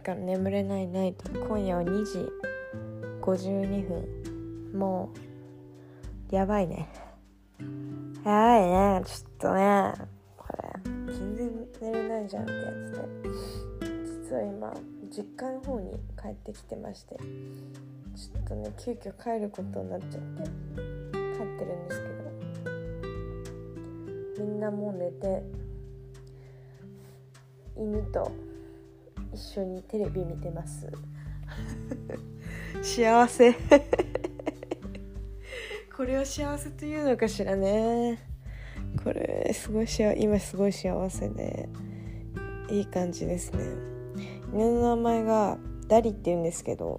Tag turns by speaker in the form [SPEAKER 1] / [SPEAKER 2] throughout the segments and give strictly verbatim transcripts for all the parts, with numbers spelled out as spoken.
[SPEAKER 1] から眠れないナイト、今夜はにじごじゅうにふん。もうやばいねやばいねちょっとね、これ全然寝れないじゃんってやつで、実は今実家の方に帰ってきてまして、ちょっとね急遽帰ることになっちゃって帰ってるんですけど、みんなもう寝て犬と一緒にテレビ見てます幸せこれを幸せというのかしらね。これすごい幸今すごい幸せでいい感じですね。犬の名前がダリって言うんですけど、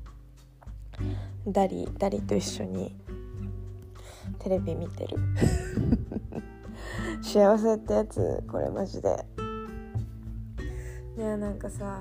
[SPEAKER 1] ダリダリと一緒にテレビ見てる幸せってやつ、これマジでね。えなんかさ、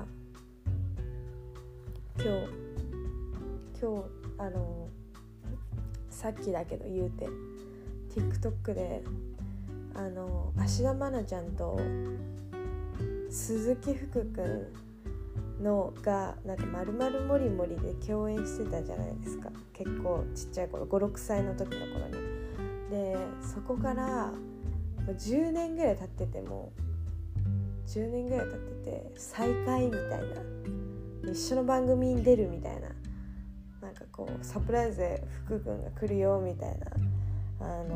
[SPEAKER 1] 今日今日あのさっきだけど言うて TikTok であの芦田愛菜ちゃんと鈴木福くんのがなんかまるまるもりもりで共演してたじゃないですか。結構ちっちゃい頃、ごろくさいの時の頃に。でそこからじゅうねんぐらい経っててもじゅうねんぐらい経ってて再会みたいな、一緒の番組に出るみたいな、なんかこうサプライズで福くんが来るよみたいなあの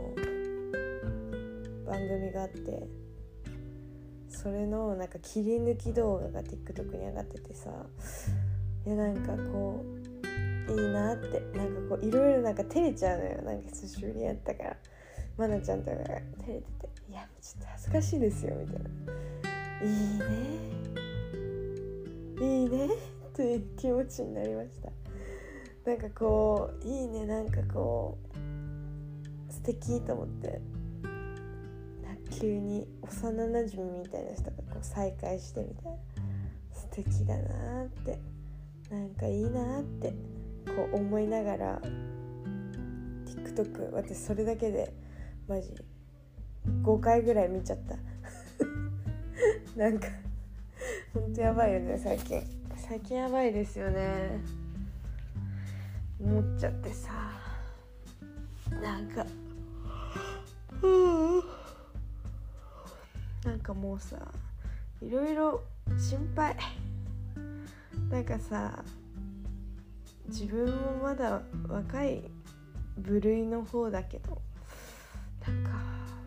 [SPEAKER 1] ー、番組があって、それのなんか切り抜き動画が TikTok に上がっててさ、いやなんかこういいなって、なんかこういろいろなんか照れちゃうのよ。なんか久しぶりにやったから愛菜ちゃんとかが照れてて、いやちょっと恥ずかしいですよみたいな、いいねいいねという気持ちになりました。なんかこういいね、なんかこう素敵と思って、急に幼なじみみたいな人がこう再会してみたいな、素敵だなって、なんかいいなってこう思いながら TikTok 私それだけでマジごかいぐらい見ちゃったなんかほんとやばいよね最近最近やばいですよね。思っちゃってさ、なんかなんかもうさ、いろいろ心配。なんかさ、自分もまだ若い部類の方だけど、なんか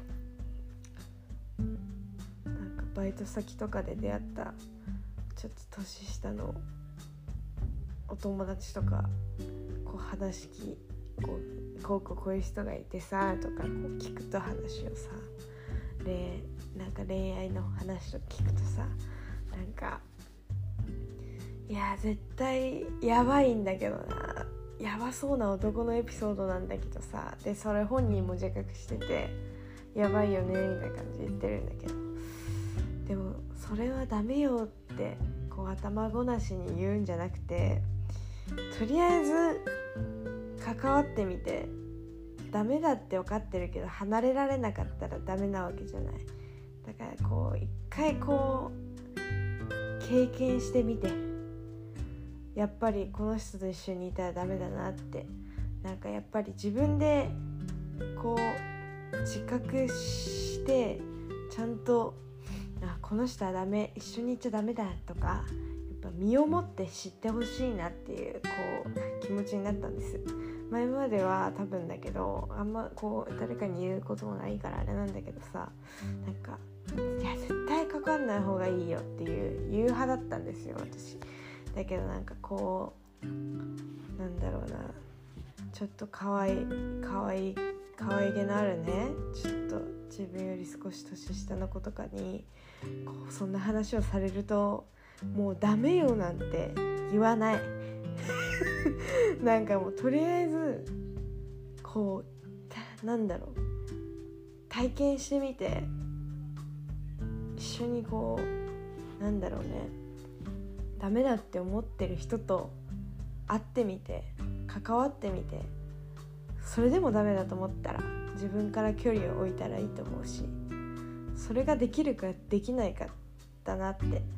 [SPEAKER 1] なんかバイト先とかで出会ったちょっと年下のお友達とかこう話聞こうこうこうこういう人がいてさとかこう聞くと話をさ、でなんか恋愛の話と聞くとさ、なんかいや絶対やばいんだけどな、やばそうな男のエピソードなんだけどさ、でそれ本人も自覚しててやばいよねみたいな感じで言ってるんだけど、でもそれはダメよってこう頭ごなしに言うんじゃなくて、とりあえず関わってみて、ダメだって分かってるけど離れられなかったらダメなわけじゃない。だからこう一回こう経験してみて、やっぱりこの人と一緒にいたらダメだなって、なんかやっぱり自分でこう自覚してちゃんとあこの人はダメ、一緒にいっちゃダメだとか、やっぱ身をもって知ってほしいなっていうこう気持ちになったんです。前までは多分だけどあんまこう誰かに言うこともないからあれなんだけどさ、なんかいや絶対かかんない方がいいよっていう言う派だったんですよ私。だけどなんかこうなんだろうな、ちょっとかわいいかわいいかわいげのあるね、ちょっと自分より少し年下の子とかにこうそんな話をされるともうダメよなんて言わないなんかもうとりあえずこうなんだろう体験してみて、一緒にこうなんだろうね、ダメだって思ってる人と会ってみて関わってみて、それでもダメだと思ったら自分から距離を置いたらいいと思うし、それができるかできないかだなって、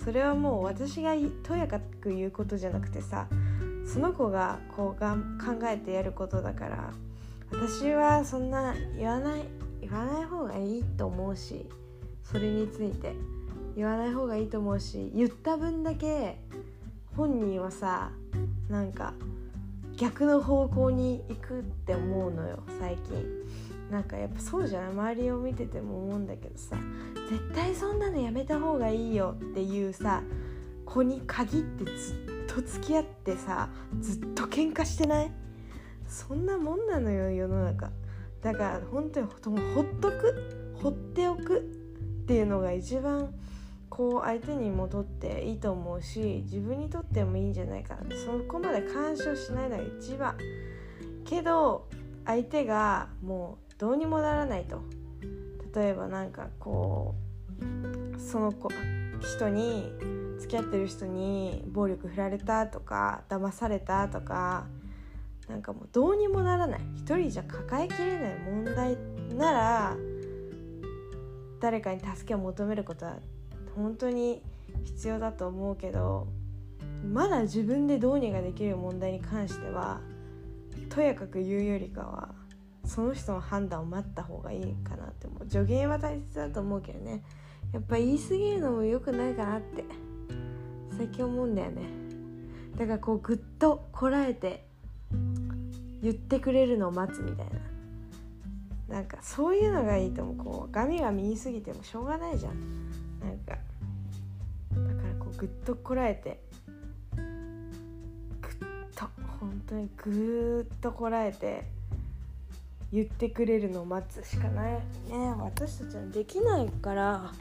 [SPEAKER 1] それはもう私がとやかく言うことじゃなくてさ、その子がこうが考えてやることだから、私はそんな言わない言わない方がいいと思うし、それについて言わない方がいいと思うし、言った分だけ本人はさ、なんか逆の方向に行くって思うのよ最近。なんかやっぱそうじゃない、周りを見てても思うんだけどさ、絶対そんなのやめた方がいいよっていうさ子に限ってずっと付き合ってさ、ずっと喧嘩してない？そんなもんなのよ世の中。だから本当にほっとく放っておくっていうのが一番こう相手にもとっていいと思うし、自分にとってもいいんじゃないかなって。そこまで干渉しないのが一番。けど相手がもうどうにもならないと、例えばなんかこうその子人に付き合ってる人に暴力振られたとか騙されたとか、なんかもうどうにもならない、一人じゃ抱えきれない問題なら誰かに助けを求めることは本当に必要だと思うけど、まだ自分でどうにかできる問題に関してはとやかく言うよりかはその人の判断を待った方がいいかなって。もう助言は大切だと思うけどね、やっぱ言い過ぎるのも良くないかなって最近思うんだよね。だからこうぐっとこらえて言ってくれるのを待つみたいな、なんかそういうのがいいと思う。こうガミガミ言い過ぎてもしょうがないじゃん。なんかだからこうぐっとこらえてぐっと本当にぐっとこらえて言ってくれるのを待つしかないね。私たちはできないから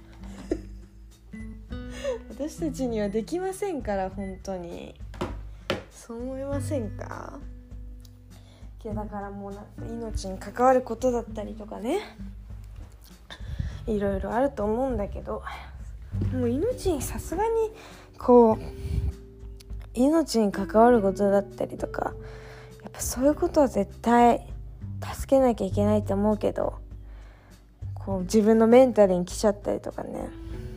[SPEAKER 1] 私たちにはできませんから、本当にそう思いませんか？いやだからもうなんか命に関わることだったりとかね、いろいろあると思うんだけど、もう命にさすがにこう命に関わることだったりとか、やっぱそういうことは絶対助けなきゃいけないと思うけど、こう自分のメンタルに来ちゃったりとかね、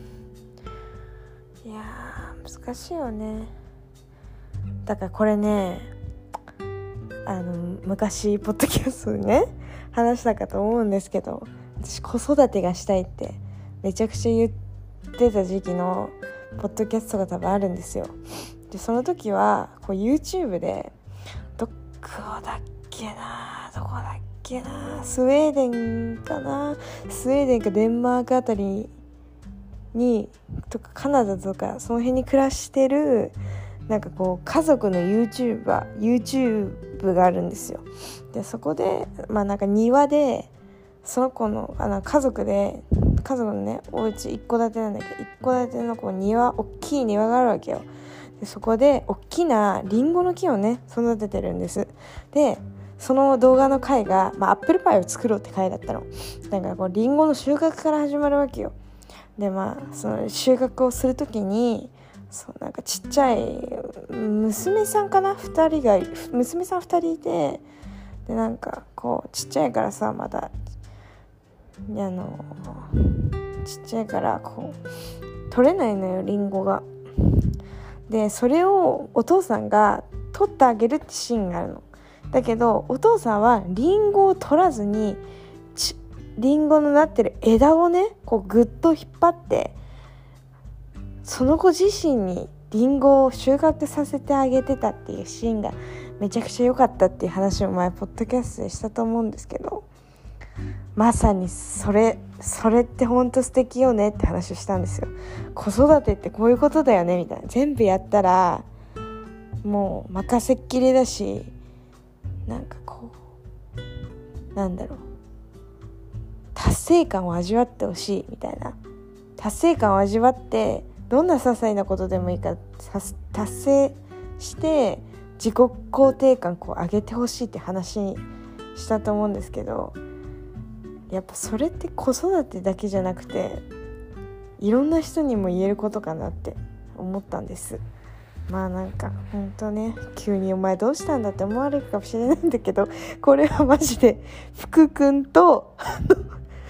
[SPEAKER 1] いやー難しいよね。だからこれね、あの昔ポッドキャストでね話したかと思うんですけど、私子育てがしたいってめちゃくちゃ言ってた時期のポッドキャストが多分あるんですよ。でその時はこう YouTube でどこだっけなどこだっけなスウェーデンかなスウェーデンかデンマークあたりにとかカナダとかその辺に暮らしてるなんかこう家族の YouTuber YouTube があるんですよ。でそこでまあなんか庭でその子のあの家族で家族のねお家一戸建てなんだけど、一戸建てのこう庭大きい庭があるわけよ。でそこで大きなリンゴの木をね育ててるんです。でその動画の回が、まあ、アップルパイを作ろうって回だったの。だからこうリンゴの収穫から始まるわけよ。でまあその収穫をするときにそうなんかちっちゃい娘さんかなふたりが娘さんふたりいて、でなんかこうちっちゃいからさまだあのちっちゃいからこう取れないのよリンゴが。でそれをお父さんが取ってあげるってシーンがあるの。だけどお父さんはリンゴを取らずにちリンゴのなってる枝をねこうぐっと引っ張ってその子自身にリンゴを収穫させてあげてたっていうシーンがめちゃくちゃ良かったっていう話を前ポッドキャストでしたと思うんですけど、まさにそれそれってほんと素敵よねって話をしたんですよ。子育てってこういうことだよねみたいな。全部やったらもう任せっきりだし、なんかこうなんだろう達成感を味わってほしいみたいな。達成感を味わってどんな些細なことでもいいから達成して自己肯定感こう上げてほしいって話にしたと思うんですけど、やっぱそれって子育てだけじゃなくていろんな人にも言えることかなって思ったんです。まあなんかほんとね急にお前どうしたんだって思われるかもしれないんだけど、これはマジで福くんと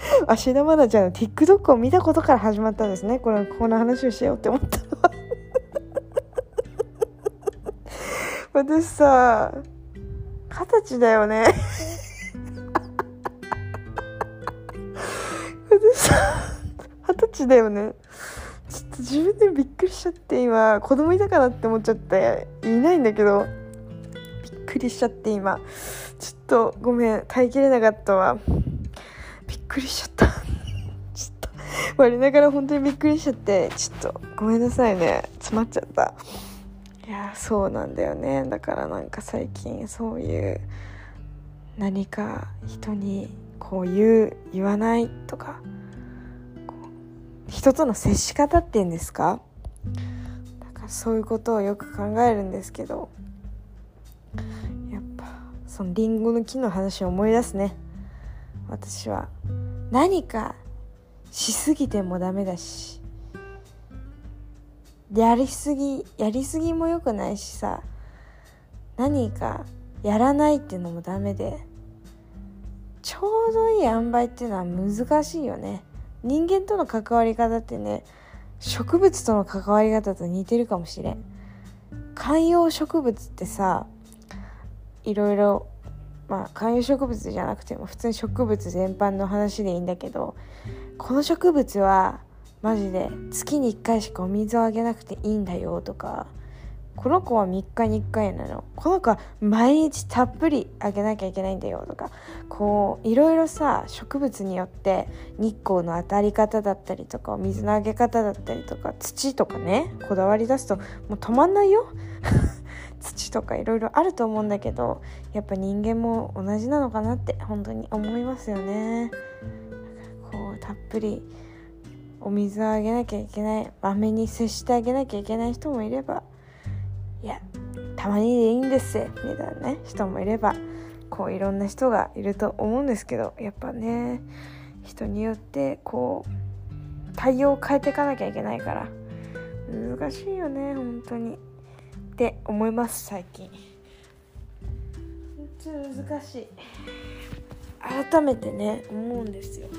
[SPEAKER 1] 芦田愛菜ちゃんの TikTok を見たことから始まったんですね。このこの話をしようって思ったのは私さ二十歳だよね私さ二十歳だよね。ちょっと自分でびっくりしちゃって、今子供いたかなって思っちゃって、いないんだけどびっくりしちゃって、今ちょっとごめん、耐えきれなかったわ。びっくりしちゃったちょっと我ながら本当にびっくりしちゃって、ちょっとごめんなさいね、詰まっちゃった。いやそうなんだよね。だからなんか最近そういう何か人にこう言う言わないとか、人との接し方っていうんですか、だからそういうことをよく考えるんですけど、やっぱそのリンゴの木の話を思い出すね。私は何かしすぎてもダメだし、やりすぎやりすぎも良くないしさ、何かやらないっていうのもダメで、ちょうどいい塩梅っていうのは難しいよね。人間との関わり方ってね、植物との関わり方と似てるかもしれん。観葉植物ってさ、いろいろ、まあ観葉植物じゃなくても普通に植物全般の話でいいんだけど、この植物はマジで月にいっかいしかお水をあげなくていいんだよとか、この子はみっかにいっかいなの、この子は毎日たっぷりあげなきゃいけないんだよとか、こういろいろさ、植物によって日光の当たり方だったりとか、水のあげ方だったりとか、土とかね、こだわり出すともう止まんないよ土とかいろいろあると思うんだけど、やっぱ人間も同じなのかなって本当に思いますよね。こうたっぷりお水をあげなきゃいけない、まめに接してあげなきゃいけない人もいれば、いやたまにでいいんですみたいなね人もいれば、こういろんな人がいると思うんですけど、やっぱね、人によってこう対応を変えていかなきゃいけないから難しいよね本当にって思います。最近本当に難しい、改めてね思うんですよ。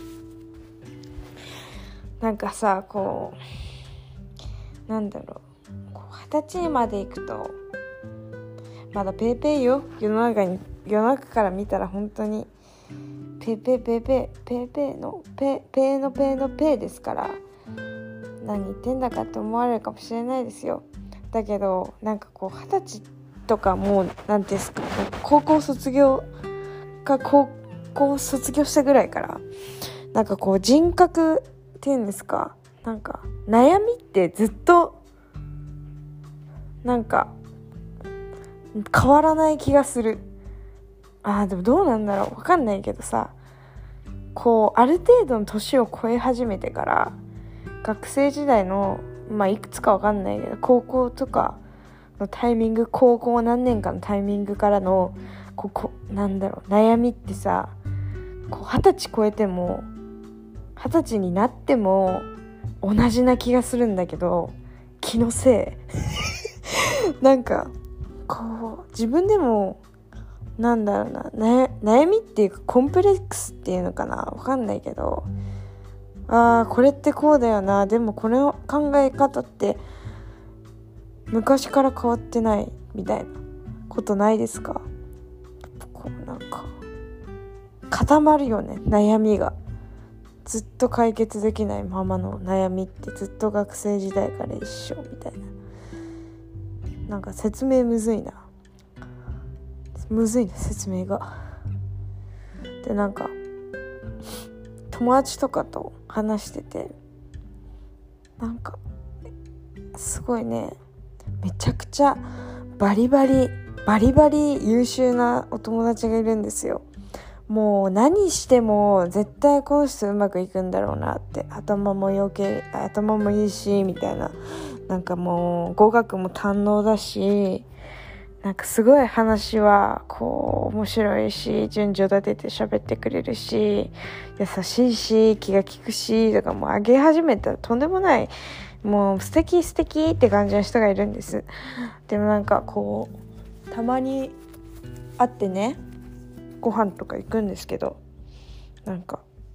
[SPEAKER 1] なんかさ、こうなんだろう、二十歳まで行くとまだペーペーよ。世の中に世の中から見たら本当にペーペーペーペーペーペーのペペーのペーのペーですから、何言ってんだかって思われるかもしれないですよ。だけどなんかこう二十歳とかもうなんていうんですか、高校卒業か高校卒業したぐらいからなんかこう人格っていうんですか、なんか悩みってずっとなんか変わらない気がする。あーでもどうなんだろう、わかんないけどさ、こうある程度の年を超え始めてから、学生時代のまあいくつかわかんないけど高校とかのタイミング、高校何年かのタイミングからのここなんだろう悩みってさ、こう二十歳超えても二十歳になっても同じな気がするんだけど、気のせいなんかこう自分でもなんだろうな、な悩みっていうかコンプレックスっていうのかな、わかんないけど、あーこれってこうだよな、でもこの考え方って昔から変わってないみたいなことないですか？こうなんか固まるよね、悩みが。ずっと解決できないままの悩みってずっと学生時代から一緒みたいな。なんか説明むずいなむずいな説明が。でなんか友達とかと話してて、なんかすごいね、めちゃくちゃバリバリバリバリ優秀なお友達がいるんですよ。もう何しても絶対この人うまくいくんだろうなって、頭もよけ頭もいいしみたいな、なんかもう語学も堪能だし、なんかすごい話はこう面白いし、順序立てて喋ってくれるし、優しいし、気が利くしとか、もう上げ始めたらとんでもない、もう素敵素敵って感じの人がいるんです。でもなんかこうたまに会ってね、ご飯とか行くんですけど、なんかなん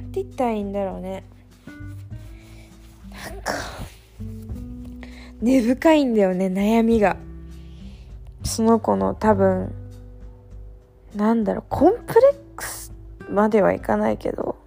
[SPEAKER 1] て言ったらいいんだろうね。なんか根深いんだよね、悩みが。その子の多分なんだろう、コンプレックスまではいかないけど、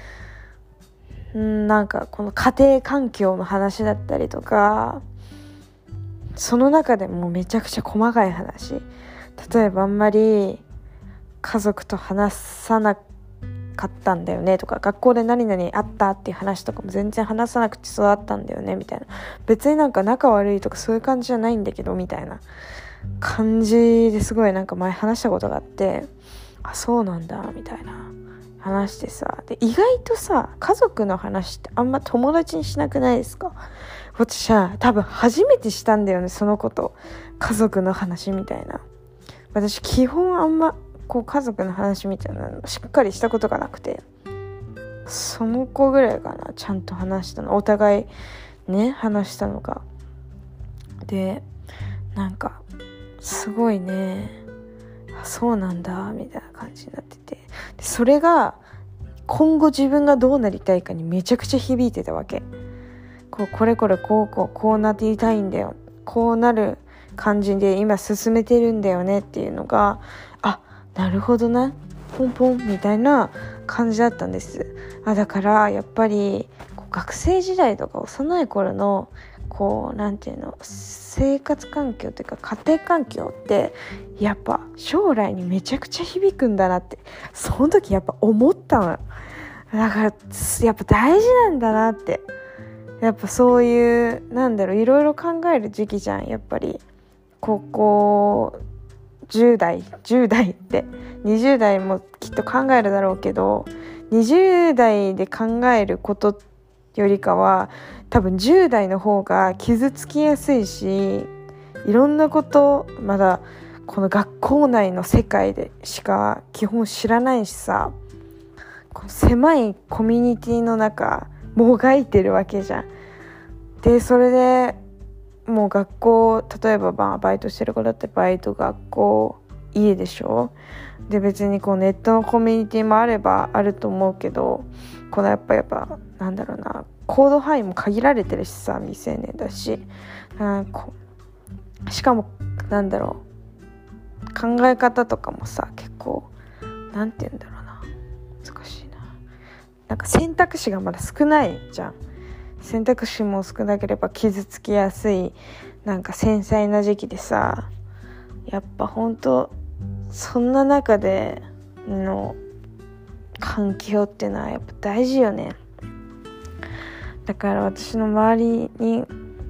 [SPEAKER 1] んなんかこの家庭環境の話だったりとか、その中でもめちゃくちゃ細かい話、例えばあんまり家族と話さなかったんだよねとか、学校で何々あったっていう話とかも全然話さなくて育ったんだよねみたいな、別になんか仲悪いとかそういう感じじゃないんだけどみたいな感じですごいなんか前話したことがあって、あそうなんだみたいな話してさ、で意外とさ家族の話ってあんま友達にしなくないですか？私は多分初めてしたんだよね、そのこと家族の話みたいな。私基本あんまこう家族の話みたいなのしっかりしたことがなくて、その子ぐらいかなちゃんと話したの、お互いね話したのが。でなんかすごいね、あそうなんだみたいな感じになってて、でそれが今後自分がどうなりたいかにめちゃくちゃ響いてたわけ。こうこれこれこうこうこうなっていたいんだよ、こうなる感じで今進めてるんだよねっていうのが、あなるほどなポンポンみたいな感じだったんです。あだからやっぱりこう学生時代とか幼い頃のこうなんていうの生活環境というか家庭環境ってやっぱ将来にめちゃくちゃ響くんだなってその時やっぱ思ったの。だからやっぱ大事なんだなって、やっぱそういうなんだろういろいろ考える時期じゃん。やっぱり高校じゅう代じゅう代ってにじゅう代もきっと考えるだろうけど、にじゅう代で考えることよりかは多分じゅう代の方が傷つきやすいし、いろんなことまだこの学校内の世界でしか基本知らないしさ、この狭いコミュニティの中もがいてるわけじゃん。でそれでもう学校、例えばまあバイトしてる子だってバイト学校家でしょ。で別にこうネットのコミュニティもあればあると思うけど、このやっぱやっぱなんだろうな行動範囲も限られてるしさ、未成年だし、なんかこうしかもなんだろう考え方とかもさ結構なんて言うんだろうな難しいな、なんか選択肢がまだ少ないじゃん。選択肢も少なければ傷つきやすいなんか繊細な時期でさ、やっぱほんとそんな中での環境っていうのはやっぱ大事よね。だから私の周りに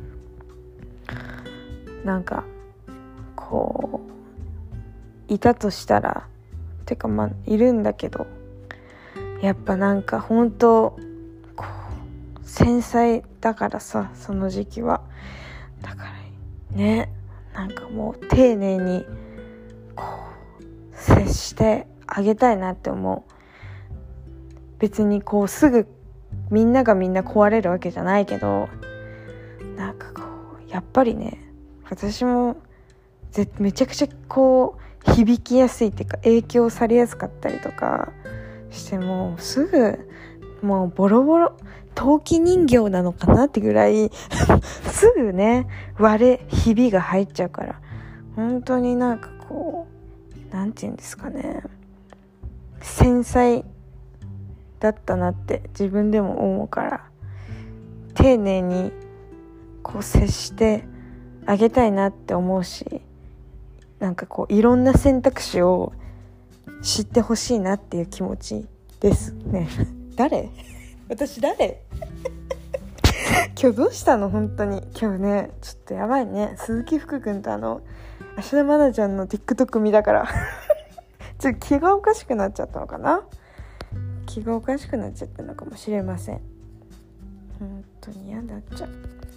[SPEAKER 1] なんかこういたとしたらてかまあいるんだけど、やっぱなんか本当こう繊細だからさ、その時期はだからね、なんかもう丁寧にこう接してあげたいなって思う。別にこうすぐみんながみんな壊れるわけじゃないけど、なんかこうやっぱりね、私もぜめちゃくちゃこう響きやすいっていうか影響されやすかったりとかして、もうすぐもうボロボロ陶器人形なのかなってぐらいすぐね割れひびが入っちゃうから、本当になんかこうなんていうんですかね、繊細だったなって自分でも思うから、丁寧にこう接してあげたいなって思うし、なんかこういろんな選択肢を知ってほしいなっていう気持ちですね。誰私誰今日どうしたの本当に。今日ねちょっとやばいね、鈴木福君とあの芦田愛菜ちゃんの TikTok 見だからちょっと気がおかしくなっちゃったのかな、気がおかしくなっちゃったのかもしれません。本当に嫌だっちゃう。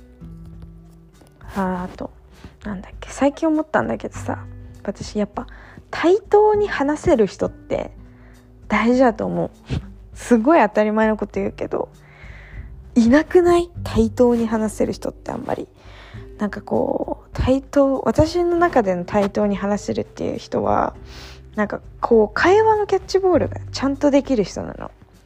[SPEAKER 1] あ, あとなんだっけ、最近思ったんだけどさ、私やっぱ対等に話せる人って大事だと思う。すごい当たり前のこと言うけどいなくない？対等に話せる人ってあんまり。なんかこう対等、私の中での対等に話せるっていう人はなんかこう会話のキャッチボールがちゃんとできる人なの。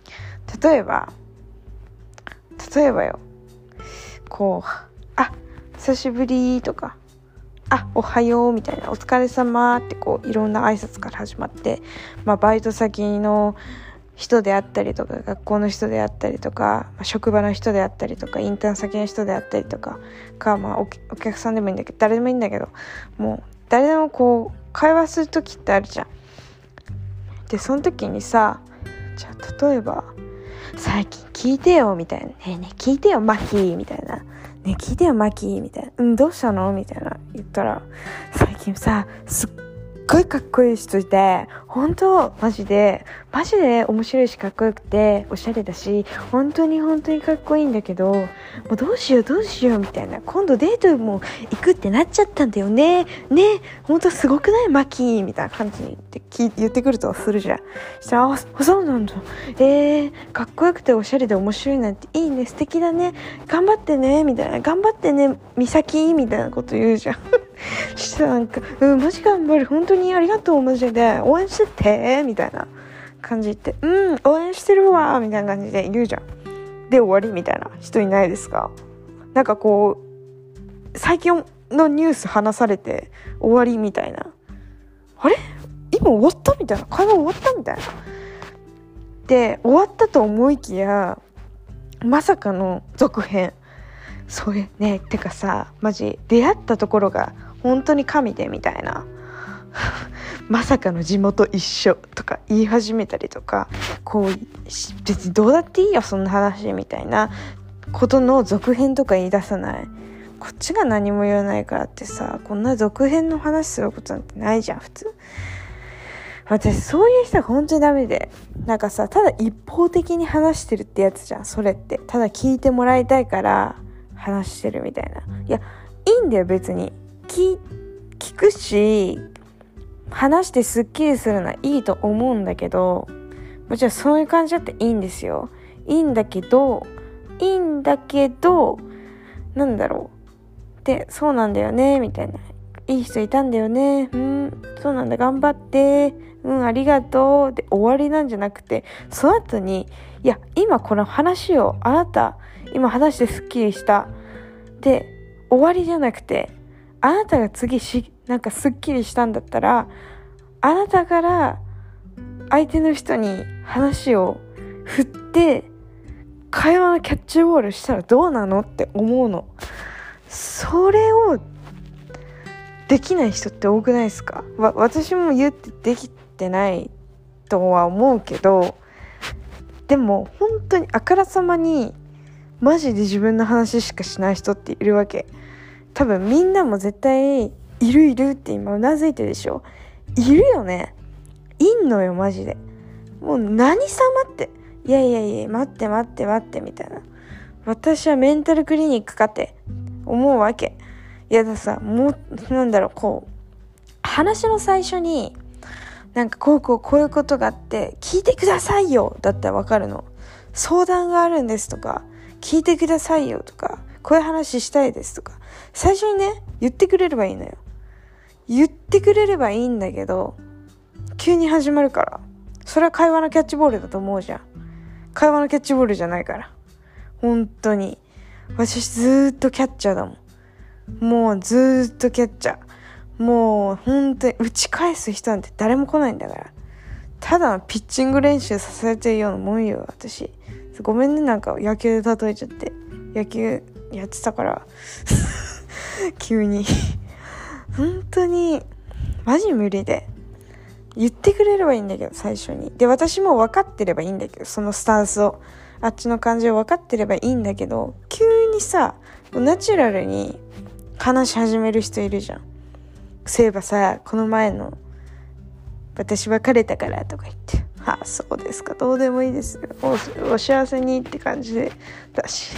[SPEAKER 1] 例えば例えばよ、こうあ久しぶりとか、あおはようみたいな、お疲れ様ってこういろんな挨拶から始まって、まあ、バイト先の人であったりとか、学校の人であったりとか、まあ、職場の人であったりとか、インターン先の人であったりとかか、まあ、お, お客さんでもいいんだけど、誰でもいいんだけど、もう誰でもこう会話する時ってあるじゃん。でその時にさ、じゃあ例えば最近聞いてよみたいな、ねえねえ聞いてよマキーみたいな、ねえ聞いてよマキーみたいな、うんどうしたのみたいな言ったら、最近さすっごいかっこいい人いて、本当マジでマジで面白いしかっこよくておしゃれだし、本当に本当にかっこいいんだけど、もうどうしようどうしようみたいな、今度デートも行くってなっちゃったんだよね、ね本当すごくないマキーみたいな感じに言ってくるとするじゃん。そしたら、あそうなんだ、えー、かっこよくておしゃれで面白いなんていいね、素敵だね、頑張ってねみたいな、頑張ってね美咲みたいなこと言うじゃんしたらなんか、うんマジ頑張る、本当にありがとう、マジで応援しててみたいな感じで、うん応援してるわみたいな感じで言うじゃん。で終わりみたいな人いないですか？なんかこう最近のニュース話されて終わりみたいな、あれ今終わったみたいな、会話終わったみたいなで終わったと思いきや、まさかの続編。それね、てかさマジ出会ったところが本当に神でみたいなまさかの地元一緒とか言い始めたりとか、こう別にどうだっていいよそんな話みたいなことの続編とか言い出さない。こっちが何も言わないからってさ、こんな続編の話することなんてないじゃん普通。私そういう人は本当にダメで、なんかさただ一方的に話してるってやつじゃんそれって。ただ聞いてもらいたいから話してるみたいな。いやいいんだよ別に、 聞, 聞くし話してスッキリするのはいいと思うんだけど、もちろんそういう感じだっていいんですよ、いいんだけどいいんだけどなんだろうで、そうなんだよねみたいな、いい人いたんだよね、うんそうなんだ頑張ってうんありがとうで終わりなんじゃなくて、その後にいや今この話をあなた今話してスッキリしたで終わりじゃなくて、あなたが次しなんかスッキリしたんだったら、あなたから相手の人に話を振って会話のキャッチボールしたらどうなのって思うの。それをできない人って多くないですか？わ私も言ってできてないとは思うけど、でも本当にあからさまにマジで自分の話しかしない人っているわけ。多分みんなも絶対いるいるって今うなずいてるでしょ。いるよね、いんのよマジで。もう何様って、いやいやいや待って待って待ってみたいな、私はメンタルクリニックかって思うわけ。いやださ、もうなんだろう、こう話の最初になんかこうこうこういうことがあって聞いてくださいよだったらわかるの。相談があるんですとか聞いてくださいよとかこういう話したいですとか最初にね言ってくれればいいのよ。言ってくれればいいんだけど、急に始まるから、それは会話のキャッチボールだと思うじゃん。会話のキャッチボールじゃないから。本当に私ずーっとキャッチャーだもん。もうずーっとキャッチャー。もう本当に打ち返す人なんて誰も来ないんだから。ただのピッチング練習させてるようなもんよ私。ごめんね、なんか野球で例えちゃって、野球やってたから急に本当にマジ無理で、言ってくれればいいんだけど最初に。で私も分かってればいいんだけど、そのスタンスをあっちの感じを分かってればいいんだけど、急にさナチュラルに話し始める人いるじゃん。そういえばさこの前の私別れたからとか言って、ああそうですかどうでもいいですよ お, お幸せにって感じでだし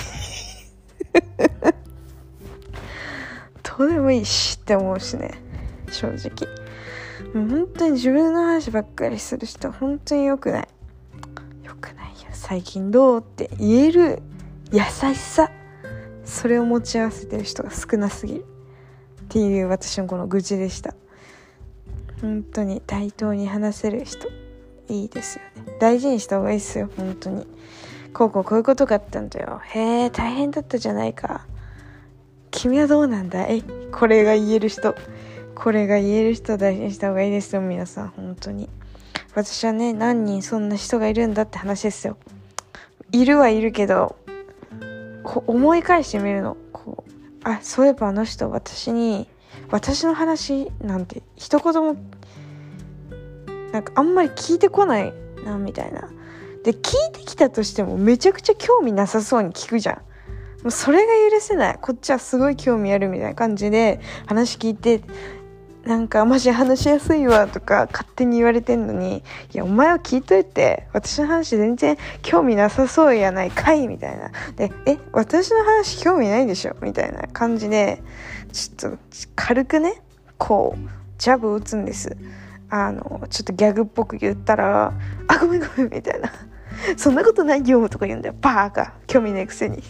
[SPEAKER 1] どうでもいいしって思うしね正直。もう本当に自分の話ばっかりする人本当に良くない良くないよ。最近どうって言える優しさ、それを持ち合わせてる人が少なすぎるっていう私のこの愚痴でした。本当に対等に話せる人いいですよね。大事にした方がいいですよ本当に。こうこうこういうことがあったんだよ、へえ大変だったじゃないか、君はどうなんだい、これが言える人これが言える人は大事にした方がいいですよ皆さん本当に。私はね何人そんな人がいるんだって話ですよ。いるはいるけどこう思い返してみるの、こうあそういえばあの人私に私の話なんて一言もなんかあんまり聞いてこないなみたいな。で聞いてきたとしてもめちゃくちゃ興味なさそうに聞くじゃん。もうそれが許せない。こっちはすごい興味あるみたいな感じで話聞いて、なんかマジ話しやすいわとか勝手に言われてんのに、いやお前は聞いといて私の話全然興味なさそうやないかいみたいな。でえ私の話興味ないでしょみたいな感じでちょっと軽くねこうジャブを打つんです。あのちょっとギャグっぽく言ったらあごめんごめんみたいなそんなことないよとか言うんだよ。バーカ興味ないくせに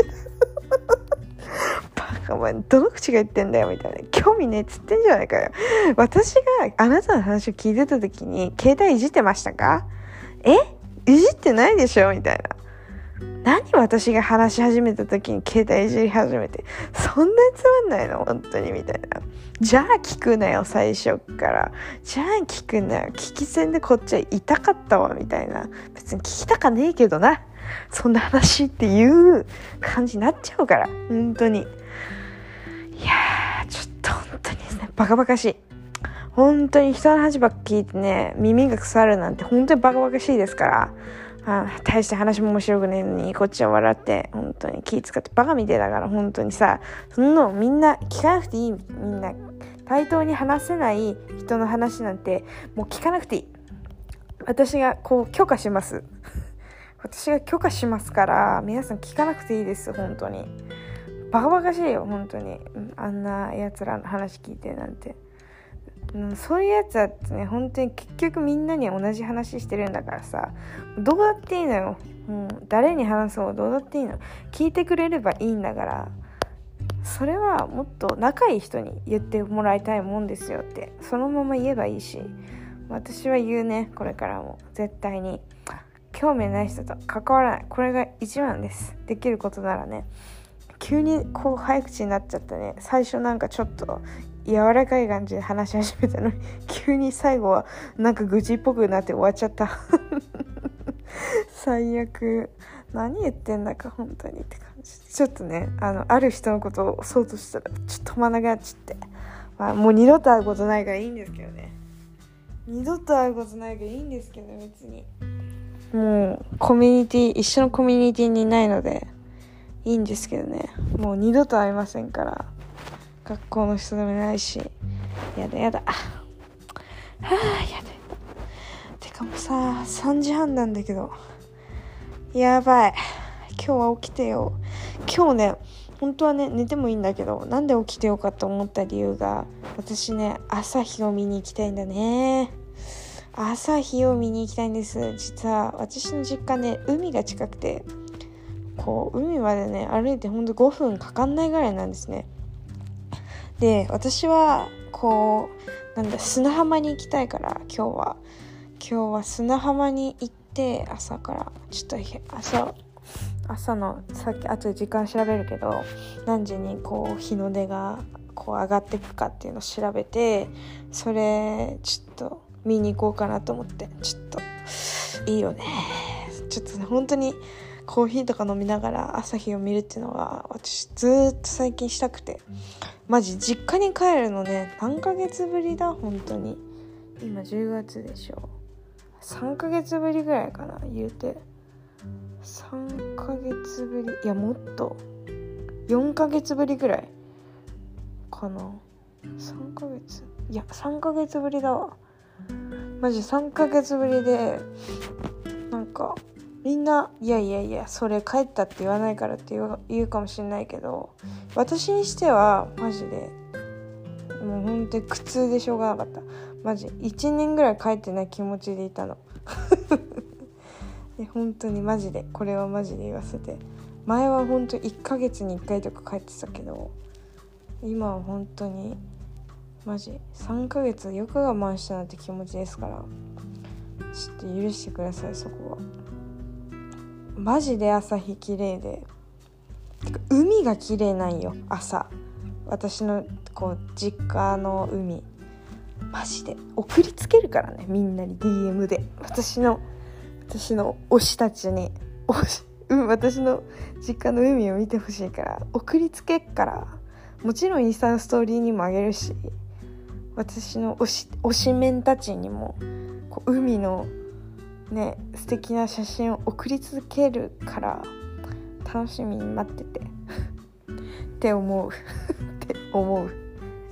[SPEAKER 1] バカお前どの口が言ってんだよみたいな、興味ねえっつってんじゃないかよ。私があなたの話を聞いてた時に携帯いじってましたか？えいじってないでしょみたいな。何私が話し始めた時に携帯いじり始めてそんなつまんないの本当にみたいな。じゃあ聞くなよ最初から、じゃあ聞くなよ、聞き戦でこっちは痛かったわみたいな。別に聞きたかねえけどなそんな話っていう感じになっちゃうから本当に。いやーちょっと本当にですねバカバカしい。本当に人の話ばっか聞いてね耳が腐るなんて本当にバカバカしいですから。あ大して話も面白くねえのにこっちは笑って本当に気使ってバカみてえだから本当にさ、そんなのみんな聞かなくていい。みんな対等に話せない人の話なんてもう聞かなくていい。私がこう許可します私が許可しますから皆さん聞かなくていいです本当に。バカバカしいよ本当にあんなやつらの話聞いてなんて。うん、そういうやつはね本当に結局みんなに同じ話してるんだからさ、どうだっていいのよ、うん、誰に話そうどうだっていいの、聞いてくれればいいんだから。それはもっと仲いい人に言ってもらいたいもんですよってそのまま言えばいいし、私は言うねこれからも絶対に興味ない人と関わらない、これが一番です。できることならね。急にこう早口になっちゃったね。最初なんかちょっと柔らかい感じで話し始めたのに急に最後はなんか愚痴っぽくなって終わっちゃった最悪何言ってんだか本当にって感じ。ちょっとねあのある人のことをそうとしたらちょっと止まらなくなっちゃって、まあ、もう二度と会うことないからいいんですけどね。二度と会うことないからいいんですけど別にもうコミュニティ一緒のコミュニティにいないのでいいんですけどね。もう二度と会いませんから。学校の人でもないし、やだやだはあやだ。てかもうささんじはんなんだけどやばい。今日は起きてよ。今日ね本当はね寝てもいいんだけど、なんで起きてよかと思った理由が、私ね朝日を見に行きたいんだね。朝日を見に行きたいんです。実は私の実家ね海が近くて、こう海までね歩いてほんとごふんかかんないぐらいなんですね。で私はこうなんだ砂浜に行きたいから今日は今日は砂浜に行って朝からちょっと朝朝のさっき後で時間調べるけど何時にこう日の出がこう上がっていくかっていうのを調べて、それちょっと見に行こうかなと思って。ちょっといいよね。ちょっとね本当にコーヒーとか飲みながら朝日を見るっていうのは私ずーっと最近したくて、マジ実家に帰るのね何ヶ月ぶりだ本当に。今じゅうがつでしょ、さんかげつぶりぐらいかな言うて。さんかげつぶりいやもっとよんかげつぶりぐらいかな。さんかげついやさんかげつぶりだわマジ。さんかげつぶりでなんかみんないやいやいやそれ帰ったって言わないからって言 う, 言うかもしれないけど、私にしてはマジでもう本当に苦痛でしょうがなかった。マジいちねんぐらい帰ってない気持ちでいたので本当にマジでこれはマジで言わせて、前は本当いっかげつにいっかいとか帰ってたけど今は本当にマジさんかげつよく我慢したなって気持ちですから、 ちょっと許してください。そこはマジで朝日綺麗で、てか海が綺麗なんよ。朝私のこう実家の海マジで送りつけるからね、みんなに ディーエム で私の私の推したちに推し、うん、私の実家の海を見てほしいから送りつけっから、もちろんインスタのストーリーにもあげるし、私の推し推しメンたちにもこう海のね素敵な写真を送り続けるから楽しみに待っててって思うって思う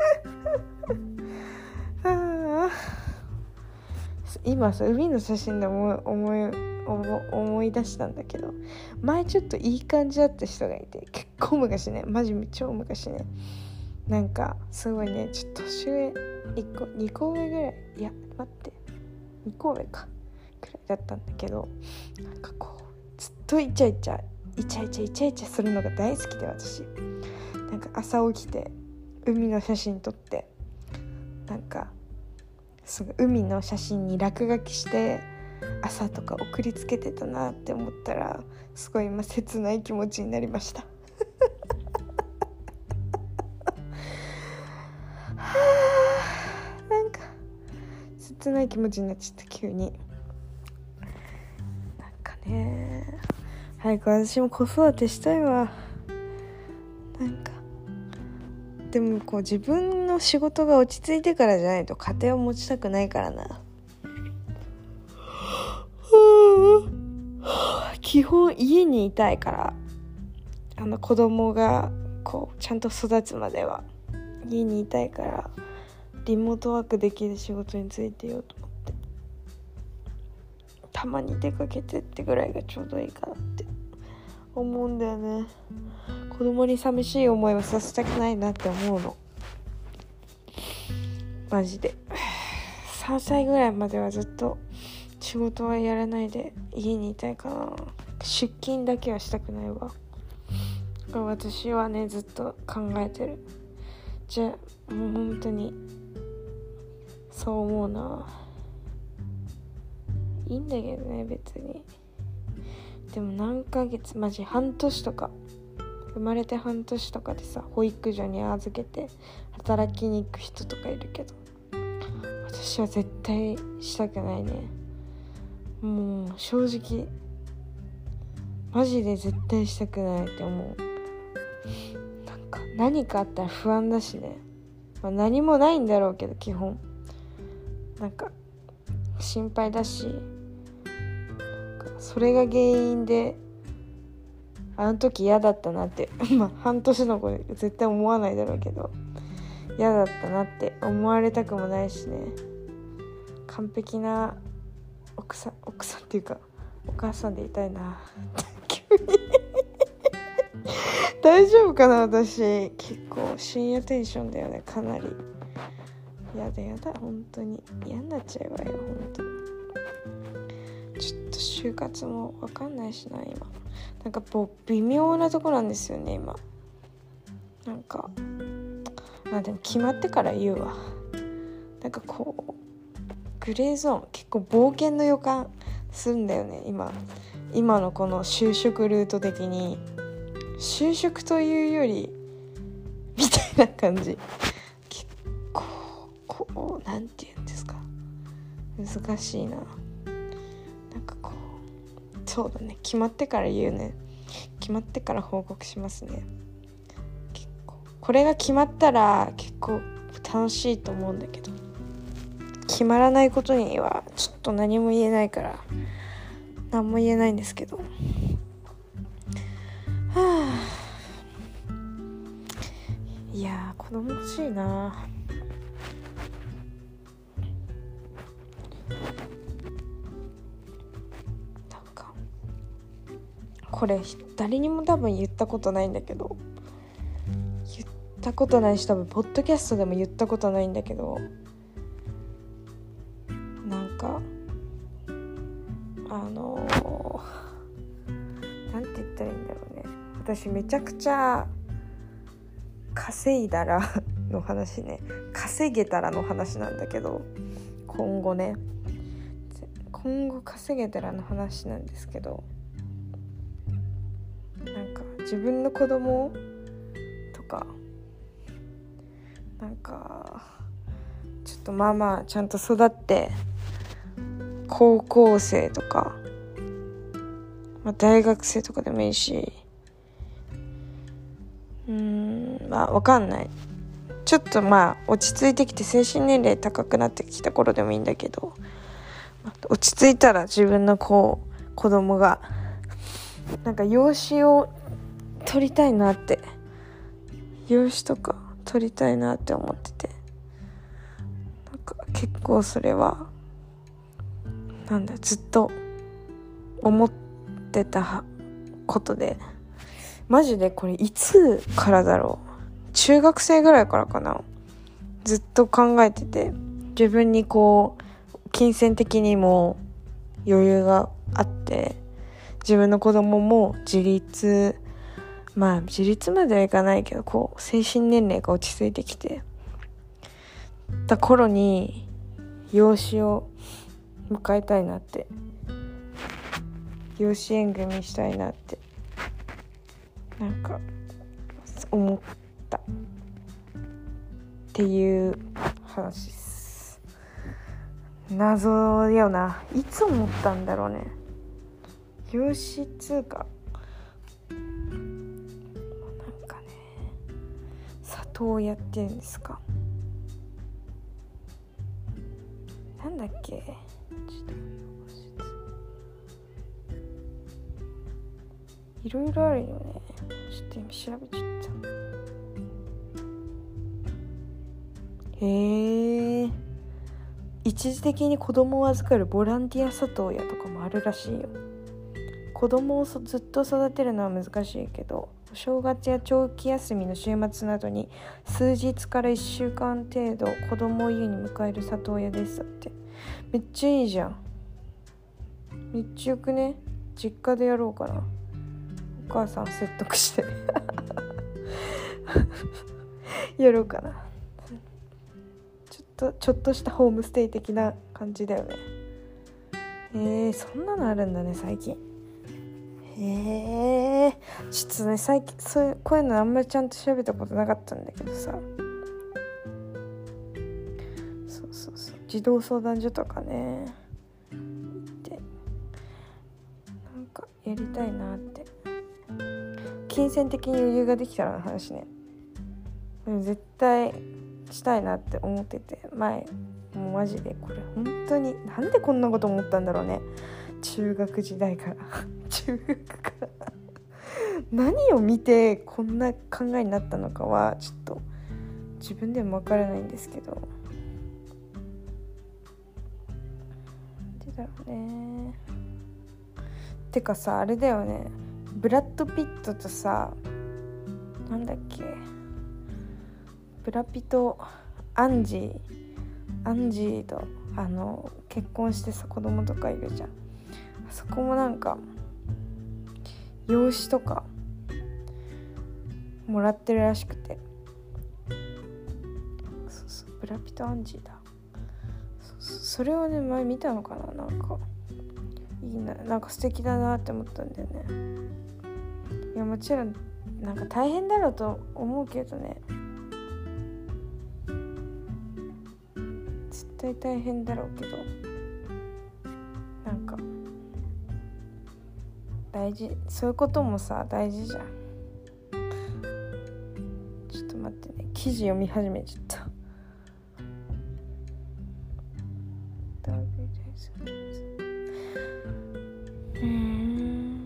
[SPEAKER 1] 今さ海の写真で思い思い思い出したんだけど、前ちょっといい感じだった人がいて、結構昔ね、マジ超昔ね、なんかすごいね、ちょっと年上いっこにこ上ぐらい、いや待ってにこ上かくらいだったんだけど、なんかこうずっとイチャイチャイチャイチャイチャイチャするのが大好きで、私なんか朝起きて海の写真撮って、なんかすぐ海の写真に落書きして朝とか送りつけてたなって思ったら、すごい今切ない気持ちになりましたなんか切ない気持ちになっちゃった急に。なんかね、早く私も子育てしたいわ。なんかでもこう自分の仕事が落ち着いてからじゃないと家庭を持ちたくないからな。基本家にいたいから、あの子供がこうちゃんと育つまでは家にいたいから、リモートワークできる仕事についてようと思って、たまに出かけてってぐらいがちょうどいいかなって思うんだよね。子供に寂しい思いをさせたくないなって思うの、マジで。さんさいぐらいまではずっと仕事はやらないで家にいたいかな。出勤だけはしたくないわ。私はねずっと考えてる。じゃあもう本当にそう思うな。いいんだけどね別に。でも何ヶ月、マジ半年とか、生まれて半年とかでさ保育所に預けて働きに行く人とかいるけど、私は絶対したくないね。もう正直マジで絶対したくないって思う。なんか何かあったら不安だしね、まあ、何もないんだろうけど基本なんか心配だし、なんかそれが原因であの時嫌だったなってまあ半年の子で絶対思わないだろうけど、嫌だったなって思われたくもないしね。完璧な奥さん奥さんっていうかお母さんでいたいな急に大丈夫かな。私結構深夜テンションだよね、かなり。やだやだ本当に嫌になっちゃうわよ本当に。ちょっと就活も分かんないしな今。なんか微妙なとこなんですよね今。なんかあでも決まってから言うわ。なんかこうグレーゾーン、結構冒険の予感するんだよね今。今のこの就職ルート的に、就職というよりみたいな感じ。結構こうなんて言うんですか、難しいな。なんかこうそうだね、決まってから言うね。決まってから報告しますね。結構これが決まったら結構楽しいと思うんだけど、決まらないことにはちょっと何も言えないから何も言えないんですけど、はあ、いやー子供欲しいな。なんかこれ誰にも多分言ったことないんだけど、言ったことないし多分ポッドキャストでも言ったことないんだけど、なんかあのー、なんて言ったらいいんだろうね。私めちゃくちゃ稼いだらの話ね、稼げたらの話なんだけど、今後ね、 今後稼げたらの話なんですけど、なんか自分の子供とかなんかちょっとまあまあちゃんと育って高校生とか、まあ、大学生とかでもいいし、うーんまあわかんない、ちょっとまあ落ち着いてきて精神年齢高くなってきた頃でもいいんだけど、落ち着いたら自分の子子供がなんか養子を取りたいなって、養子とか取りたいなって思ってて、なんか結構それはなんだずっと思ってたことで、マジでこれいつからだろう、中学生ぐらいからかな、ずっと考えてて、自分にこう金銭的にも余裕があって、自分の子供も自立まあ自立まではいかないけど、こう精神年齢が落ち着いてきてた頃に養子を迎えたいなって、養子縁組したいなってなんか思ったっていう話です。謎よな、いつ思ったんだろうね。養子っつうかなんかね、里親っていうんですか、なんだっけ、いろいろあるよね。ちょっと今調べちゃった。へえ、一時的に子供を預かるボランティア里親とかもあるらしいよ。子供をずっと育てるのは難しいけど、お正月や長期休みの週末などに数日からいっしゅうかん程度子供を家に迎える里親ですって。めっちゃいいじゃん。めっちゃよくね。実家でやろうかな。お母さん説得してやろうかな。ちょっとちょっとしたホームステイ的な感じだよね。えー、そんなのあるんだね最近。へえ、ちょっとね最近そういうこういうのあんまりちゃんと調べたことなかったんだけどさ、そうそうそう、児童相談所とかね行ってなんかやりたいなって、金銭的に余裕ができたらの話ね。絶対したいなって思ってて、前もうマジでこれ本当になんでこんなこと思ったんだろうね。中学時代から中学から何を見てこんな考えになったのかはちょっと自分でも分からないんですけど、なんでだろうね。てかさ、あれだよね、ブラッド・ピットとさ、なんだっけ、ブラピとアンジーアンジーとあの結婚してさ子供とかいるじゃん。あそこもなんか養子とかもらってるらしくて、そうそう、ブラピとアンジーだ。そうそう、それをね前見たのかな、なんかいいな、なんか素敵だなって思ったんだよね。いやもちろんなんか大変だろうと思うけどね、絶対大変だろうけど、なんか大事、そういうこともさ大事じゃん。ちょっと待ってね、記事読み始めちゃった。うーん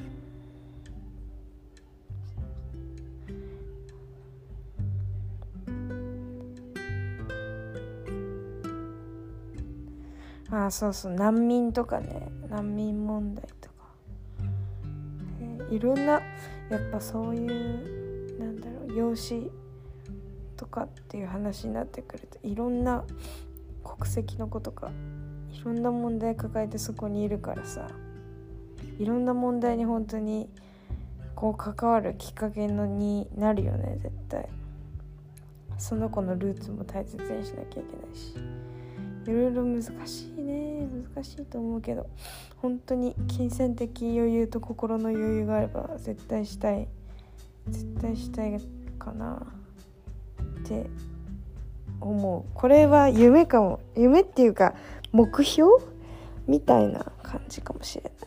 [SPEAKER 1] あ、そうそう、難民とかね、難民問題とか、えー、いろんなやっぱそういうなんだろう、養子とかっていう話になってくると、いろんな国籍の子とかいろんな問題抱えてそこにいるからさ、いろんな問題に本当にこう関わるきっかけのになるよね。絶対その子のルーツも大切にしなきゃいけないし、 いろいろ難しいね難しいと思うけど、本当に金銭的余裕と心の余裕があれば絶対したい絶対したいかなって思う。これは夢かも、夢っていうか目標みたいな感じかもしれない。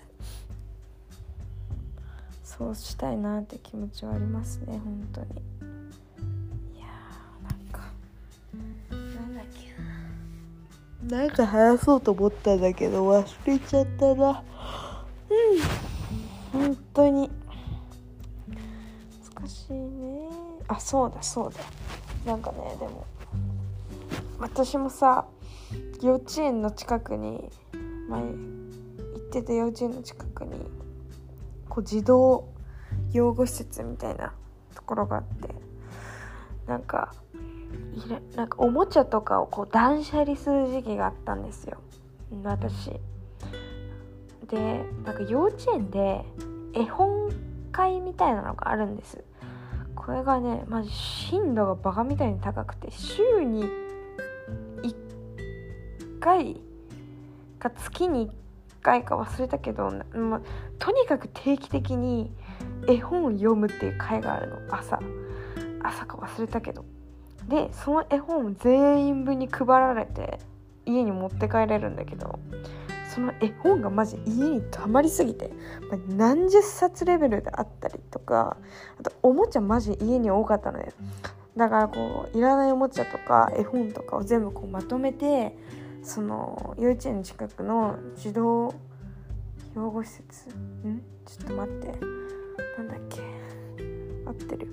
[SPEAKER 1] そうしたいなって気持ちはありますね本当に。いやーなんかなんだっけななんか話そうと思ったんだけど忘れちゃったな。うん本当に難しいね。あそうだそうだなんかねでも私もさ幼稚園の近くに前行ってた幼稚園の近くにこう児童養護施設みたいなところがあって、なんかいれなんかおもちゃとかをこう断捨離する時期があったんですよ私で。なんか幼稚園で絵本会みたいなのがあるんです。これがねマジ頻度がバカみたいに高くて、週にいっかいか月にいっかいか忘れたけど、ま、とにかく定期的に絵本を読むっていう会があるの。朝朝か忘れたけど、でその絵本を全員分に配られて家に持って帰れるんだけど、その絵本がマジ家に溜まりすぎて何十冊レベルであったりとか、あとおもちゃマジ家に多かったのよ。だからこういらないおもちゃとか絵本とかを全部こうまとめて、その幼稚園の近くの児童養護施設んちょっと待ってなんだっけ合ってる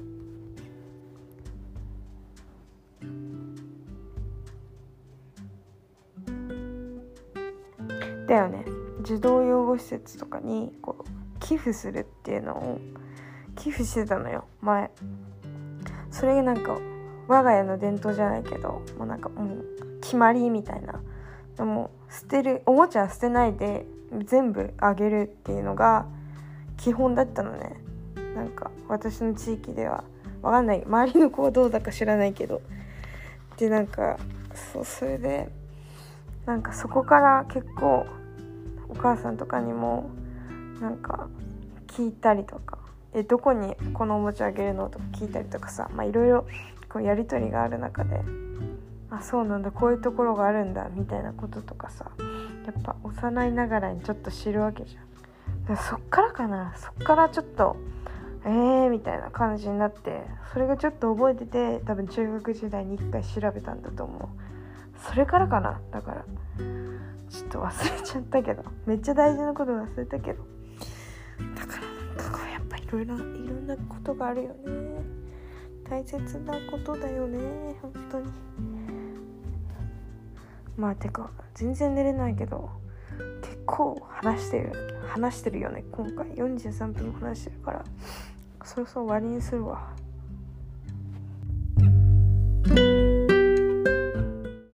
[SPEAKER 1] だよね児童養護施設とかにこう寄付するっていうのを寄付してたのよ前。それがなんか我が家の伝統じゃないけど、もうなんかもう決まりみたいな、でも捨てるおもちゃは捨てないで全部あげるっていうのが基本だったのね。なんか私の地域ではわかんない、周りの子はどうだか知らないけど、でなんかそうそれでなんかそこから結構お母さんとかにもなんか聞いたりとか、えどこにこのおもちゃあげるのとか聞いたりとかさ、まあいろいろこうやり取りがある中で、あそうなんだこういうところがあるんだみたいなこととかさ、やっぱ幼いながらにちょっと知るわけじゃん。だからそっからかなそっからちょっとえーみたいな感じになって、それがちょっと覚えてて、多分中学時代に一回調べたんだと思う。それからかな。だからちょっと忘れちゃったけど、めっちゃ大事なこと忘れたけど、だからなんかこうやっぱいろいろいろんなことがあるよね。大切なことだよね本当に。まあてか全然寝れないけど結構話してる話してるよね今回。よんじゅうさんぷんも話してるからそろそろ終わりにするわ。